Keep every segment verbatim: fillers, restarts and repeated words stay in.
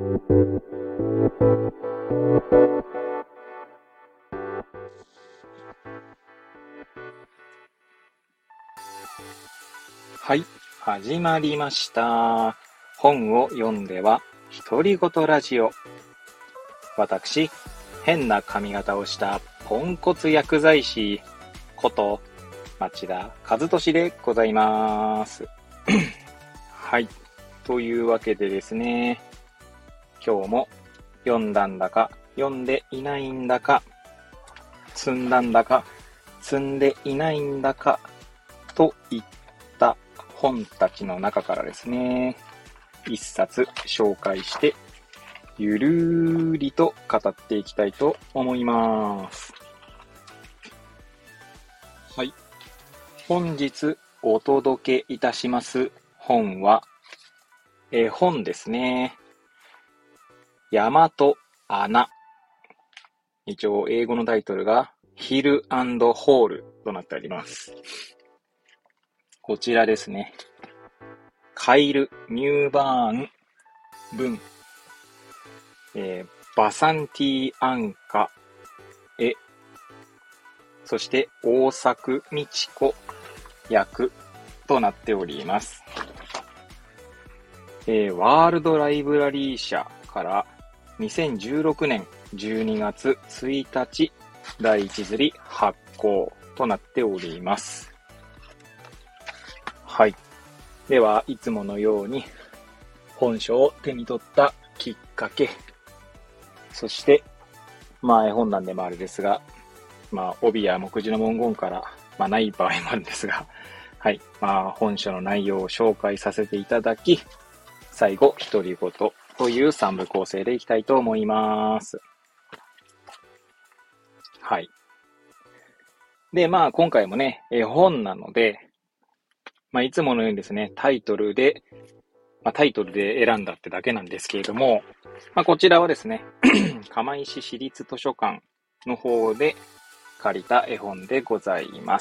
はい、始まりました。本を読んでは独り言ラジオ。私、変な髪型をしたポンコツ薬剤師こと町田和俊でございます。はい、というわけでですね、今日も読んだんだか読んでいないんだか、積んだんだか積んでいないんだかといった本たちの中からですね、一冊紹介してゆるーりと語っていきたいと思います。はい、本日お届けいたします本は絵本ですね。山と穴。一応英語のタイトルがヒル&ホールとなっております。こちらですね。カイル・ニューバーン文、えー、バサンティ・アンカ絵、そして大作美智子役となっております。えー、ワールドライブラリー社からにせんじゅうろくねんじゅうにがつついたちだいいち刷り発行となっております。はい。では、いつものように本書を手に取ったきっかけ、そして、まあ絵本なんでもあれですが、まあ帯や目次の文言から、まあない場合もあるんですが、はい。まあ本書の内容を紹介させていただき、最後、独り言という三部構成でいきたいと思います。はい。で、まあ今回もね、絵本なので、まあいつものようにですね、タイトルで、まあ、タイトルで選んだってだけなんですけれども、まあこちらはですね、釜石市立図書館の方で借りた絵本でございます。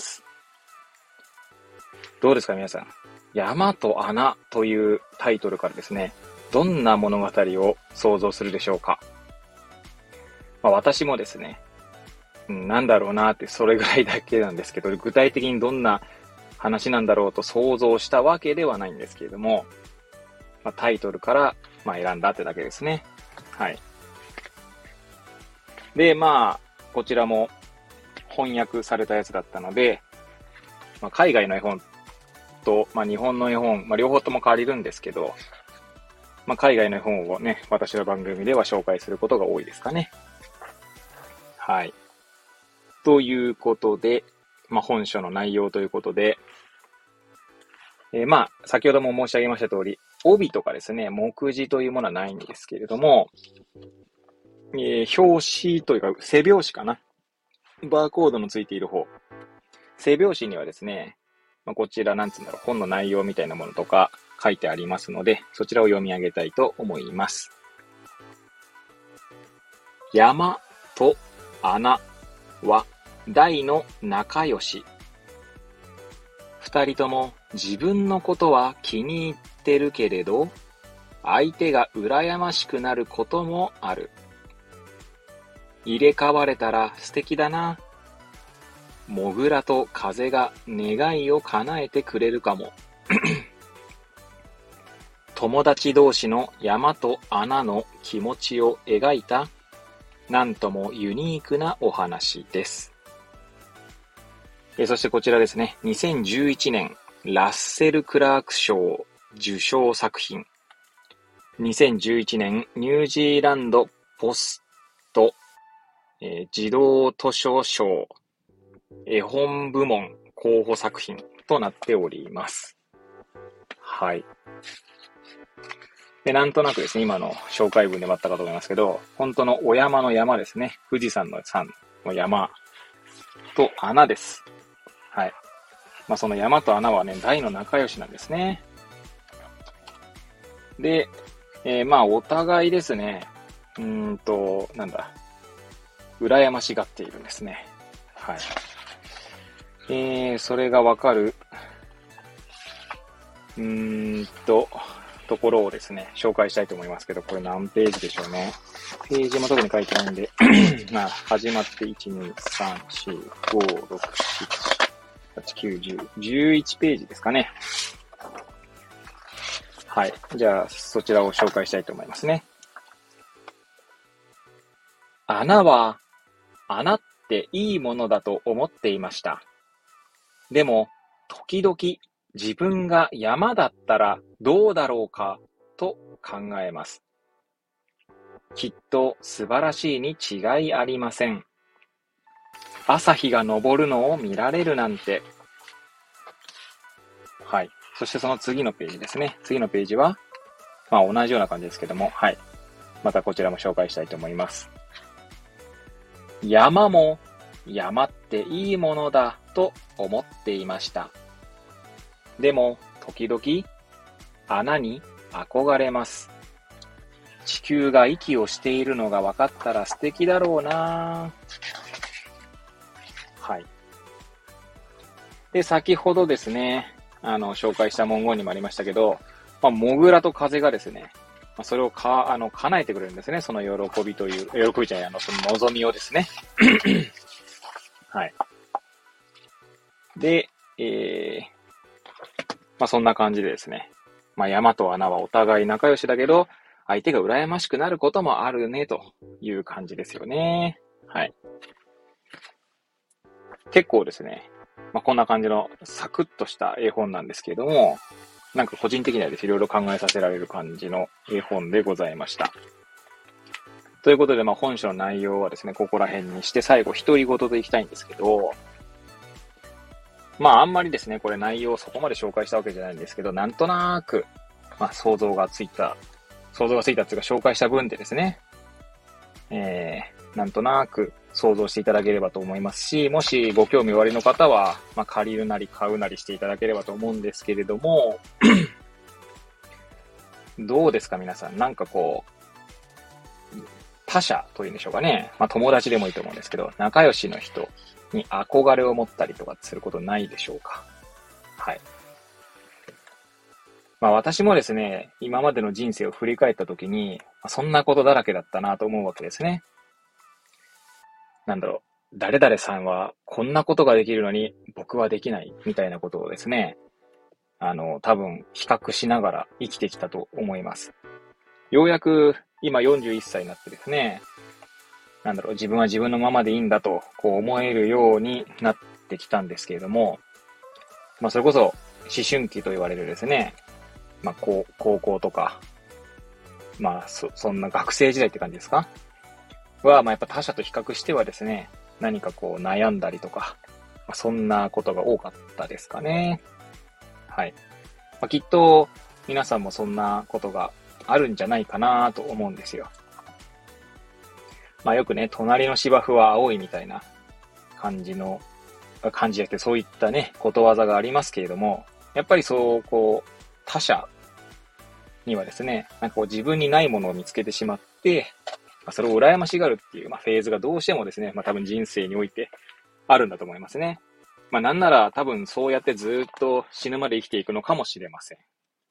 どうですか皆さん。山と穴というタイトルからですね、どんな物語を想像するでしょうか。まあ、私もですね、うん、なんだろうなってそれぐらいだけなんですけど、具体的にどんな話なんだろうと想像したわけではないんですけれども、まあ、タイトルからまあ選んだってだけですね。はい。で、まあ、こちらも翻訳されたやつだったので、まあ、海外の絵本と、まあ、日本の絵本、まあ、両方とも借りるんですけど、まあ、海外の絵本をね、私の番組では紹介することが多いですかね。はい。ということで、まあ、本書の内容ということで、えー、まあ、先ほども申し上げました通り、帯とかですね、目次というものはないんですけれども、えー、表紙というか、背表紙かな。バーコードのついている方。背表紙にはですね、まあ、こちら、なんつうんだろう、本の内容みたいなものとか書いてありますので、そちらを読み上げたいと思います。山と穴は大の仲良し。二人とも自分のことは気に入ってるけれど、相手が羨ましくなることもある。入れ替われたら素敵だな。モグラと風が願いを叶えてくれるかも。友達同士の山と穴の気持ちを描いた、なんともユニークなお話です。えそしてこちらですね、にせんじゅういちねんラッセル・クラーク賞受賞作品。にせんじゅういちねんニュージーランドポスト、えー、児童図書賞絵本部門候補作品となっております。はい。で、なんとなくですね、今の紹介文でもあったかと思いますけど、本当のお山の山ですね。富士山の山の山と穴です。はい。まあその山と穴はね、大の仲良しなんですね。で、えー、まあお互いですね、うーんと、なんだ、羨ましがっているんですね。はい。えー、それがわかる、うーんと、 ところをですね、紹介したいと思いますけど、これ何ページでしょうね。ページも特に書いてないんで、まあ、始まっていち、に、さん、よん、ご、ろく、しち、はち、きゅう、じゅう、じゅういちページですかね。はい。じゃあ、そちらを紹介したいと思いますね。穴は、穴っていいものだと思っていました。でも、時々自分が山だったらどうだろうかと考えます。きっと素晴らしいに違いありません。朝日が昇るのを見られるなんて。はい。そしてその次のページですね。次のページは、まあ同じような感じですけども、はい。またこちらも紹介したいと思います。山も山っていいものだと思っていました。でも時々穴に憧れます。地球が息をしているのが分かったら素敵だろうな。はい。で、先ほどですね、あの、紹介した文言にもありましたけど、まあ、モグラと風がですね、まあ、それをか、あの、叶えてくれるんですね。その喜びという、喜びじゃない、あの、その望みをですね。はい。で、えー、まあ、そんな感じでですね。まあ、山と穴はお互い仲良しだけど、相手が羨ましくなることもあるね、という感じですよね。はい。結構ですね、まあ、こんな感じのサクッとした絵本なんですけれども、なんか個人的にはですね、いろいろ考えさせられる感じの絵本でございました。ということで、まあ、本書の内容はですね、ここら辺にして最後、独り言でいきたいんですけど、まあ、あんまりですね、これ内容をそこまで紹介したわけじゃないんですけど、なんとなく、まあ、想像がついた、想像がついたっていうか紹介した分でですね、えー、なんとなく想像していただければと思いますし、もしご興味おありの方は、まあ、借りるなり買うなりしていただければと思うんですけれども、どうですか皆さん、なんかこう、他者というんでしょうかね。まあ、友達でもいいと思うんですけど、仲良しの人に憧れを持ったりとかすることないでしょうか。はい。まあ私もですね、今までの人生を振り返ったときに、そんなことだらけだったなと思うわけですね。なんだろう。誰々さんはこんなことができるのに僕はできないみたいなことをですね、あの、多分比較しながら生きてきたと思います。ようやく今よんじゅういっさいになってですね、なんだろう、自分は自分のままでいいんだと、こう思えるようになってきたんですけれども、まあそれこそ思春期と言われるですね、まあ高高校とか、まあそ、そんな学生時代って感じですかは、まあやっぱ他者と比較してはですね、何かこう悩んだりとか、まあ、そんなことが多かったですかね。はい。まあ、きっと皆さんもそんなことがあるんじゃないかなと思うんですよ。まあよくね、隣の芝生は青いみたいな感じの、感じじゃなくてそういったね、ことわざがありますけれども、やっぱりそう、こう、他者にはですね、なんかこう自分にないものを見つけてしまって、まあ、それを羨ましがるっていう、まあ、フェーズがどうしてもですね、まあ多分人生においてあるんだと思いますね。まあなんなら多分そうやってずっと死ぬまで生きていくのかもしれません。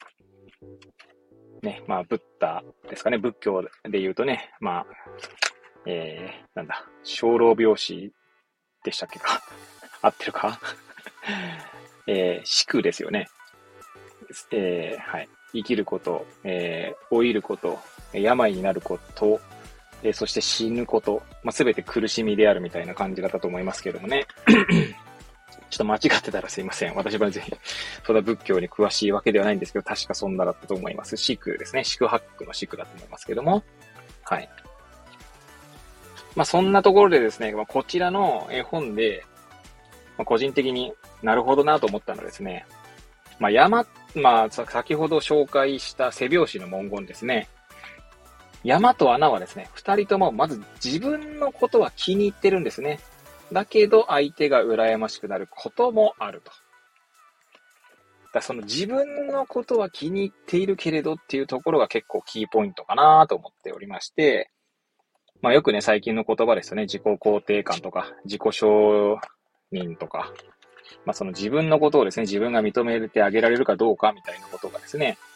ね、まあブッダですかね、仏教で言うとね、まあ、えー、なんだ、生老病死でしたっけか合ってるかえー、死苦ですよね。えー、はい。生きること、えー、老いること、病になること、えー、そして死ぬこと、まあ、すべて苦しみであるみたいな感じだったと思いますけれどもね。ちょっと間違ってたらすいません。私はぜひ、そんな仏教に詳しいわけではないんですけど、確かそんなだったと思います。四苦ですね。四苦八苦の四苦だと思いますけども。はい。まあそんなところでですね、まあ、こちらの絵本で、まあ、個人的になるほどなと思ったのはですね、まあ山、まあ先ほど紹介した背拍子の文言ですね。山と穴はですね、二人ともまず自分のことは気に入ってるんですね。だけど相手が羨ましくなることもあると。だその自分のことは気に入っているけれどっていうところが結構キーポイントかなと思っておりまして、まあよくね、最近の言葉ですよね。自己肯定感とか、自己承認とか、まあその自分のことをですね、自分が認めてあげられるかどうかみたいなことがですね、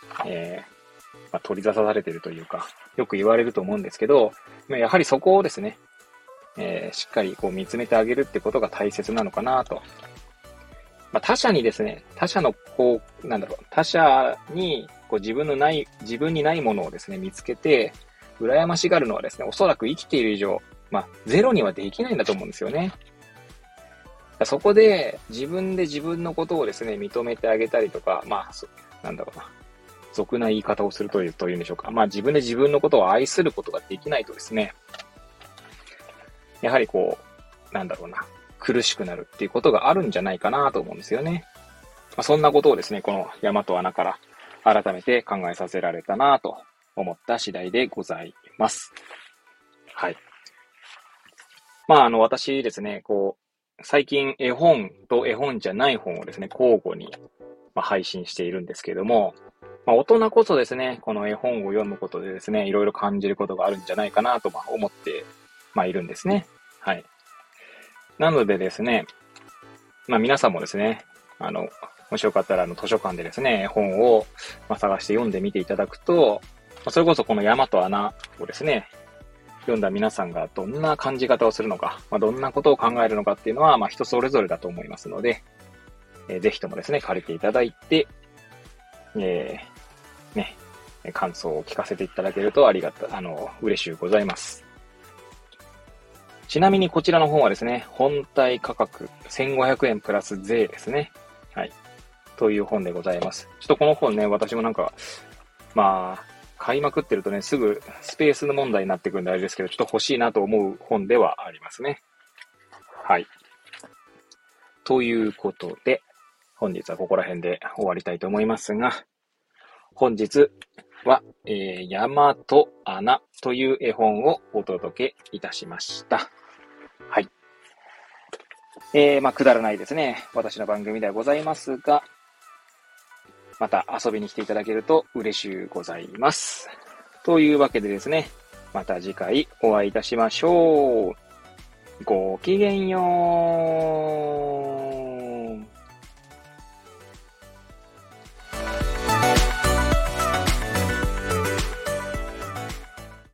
えーまあ、取り沙汰されているというか、よく言われると思うんですけど、やはりそこをですね、えー、しっかりこう見つめてあげるってことが大切なのかなと。まあ、他者にですね、他者のこう、なんだろう、他者にこう自分のない、自分にないものをですね、見つけて、羨ましがるのはですね、おそらく生きている以上、まあ、ゼロにはできないんだと思うんですよね。そこで、自分で自分のことをですね、認めてあげたりとか、まあ、なんだろうな、俗な言い方をするという、というんでしょうか。まあ、自分で自分のことを愛することができないとですね、やはりこう、なんだろうな、苦しくなるっていうことがあるんじゃないかなと思うんですよね。まあ、そんなことをですね、この大和アナから改めて考えさせられたなと思った次第でございます。はい。まあ、あの、私ですね、こう、最近絵本と絵本じゃない本をですね、交互に配信しているんですけれども、まあ、大人こそですね、この絵本を読むことでですね、いろいろ感じることがあるんじゃないかなと思ってまあ、いるんですね。はい。なのでですね、まあ皆さんもですね、あの、もしよかったらあの図書館でですね、本を、まあ、探して読んでみていただくと、まあ、それこそこの大和アナをですね、読んだ皆さんがどんな感じ方をするのか、まあ、どんなことを考えるのかっていうのは、まあ人それぞれだと思いますので、えー、ぜひともですね、借りていただいて、えー、ね、感想を聞かせていただけるとありがた、あの、嬉しゅうございます。ちなみにこちらの本はですね、本体価格せんごひゃくえんプラス税ですね。はい。という本でございます。ちょっとこの本ね、私もなんか、まあ、買いまくってるとね、すぐスペースの問題になってくるんであれですけど、ちょっと欲しいなと思う本ではありますね。はい。ということで、本日はここら辺で終わりたいと思いますが、本日は、えー、大和アナという絵本をお届けいたしました。はい。えー、まあ、くだらないですね。私の番組ではございますが、また遊びに来ていただけると嬉しゅうございます。というわけでですね、また次回お会いいたしましょう。ごきげんよう。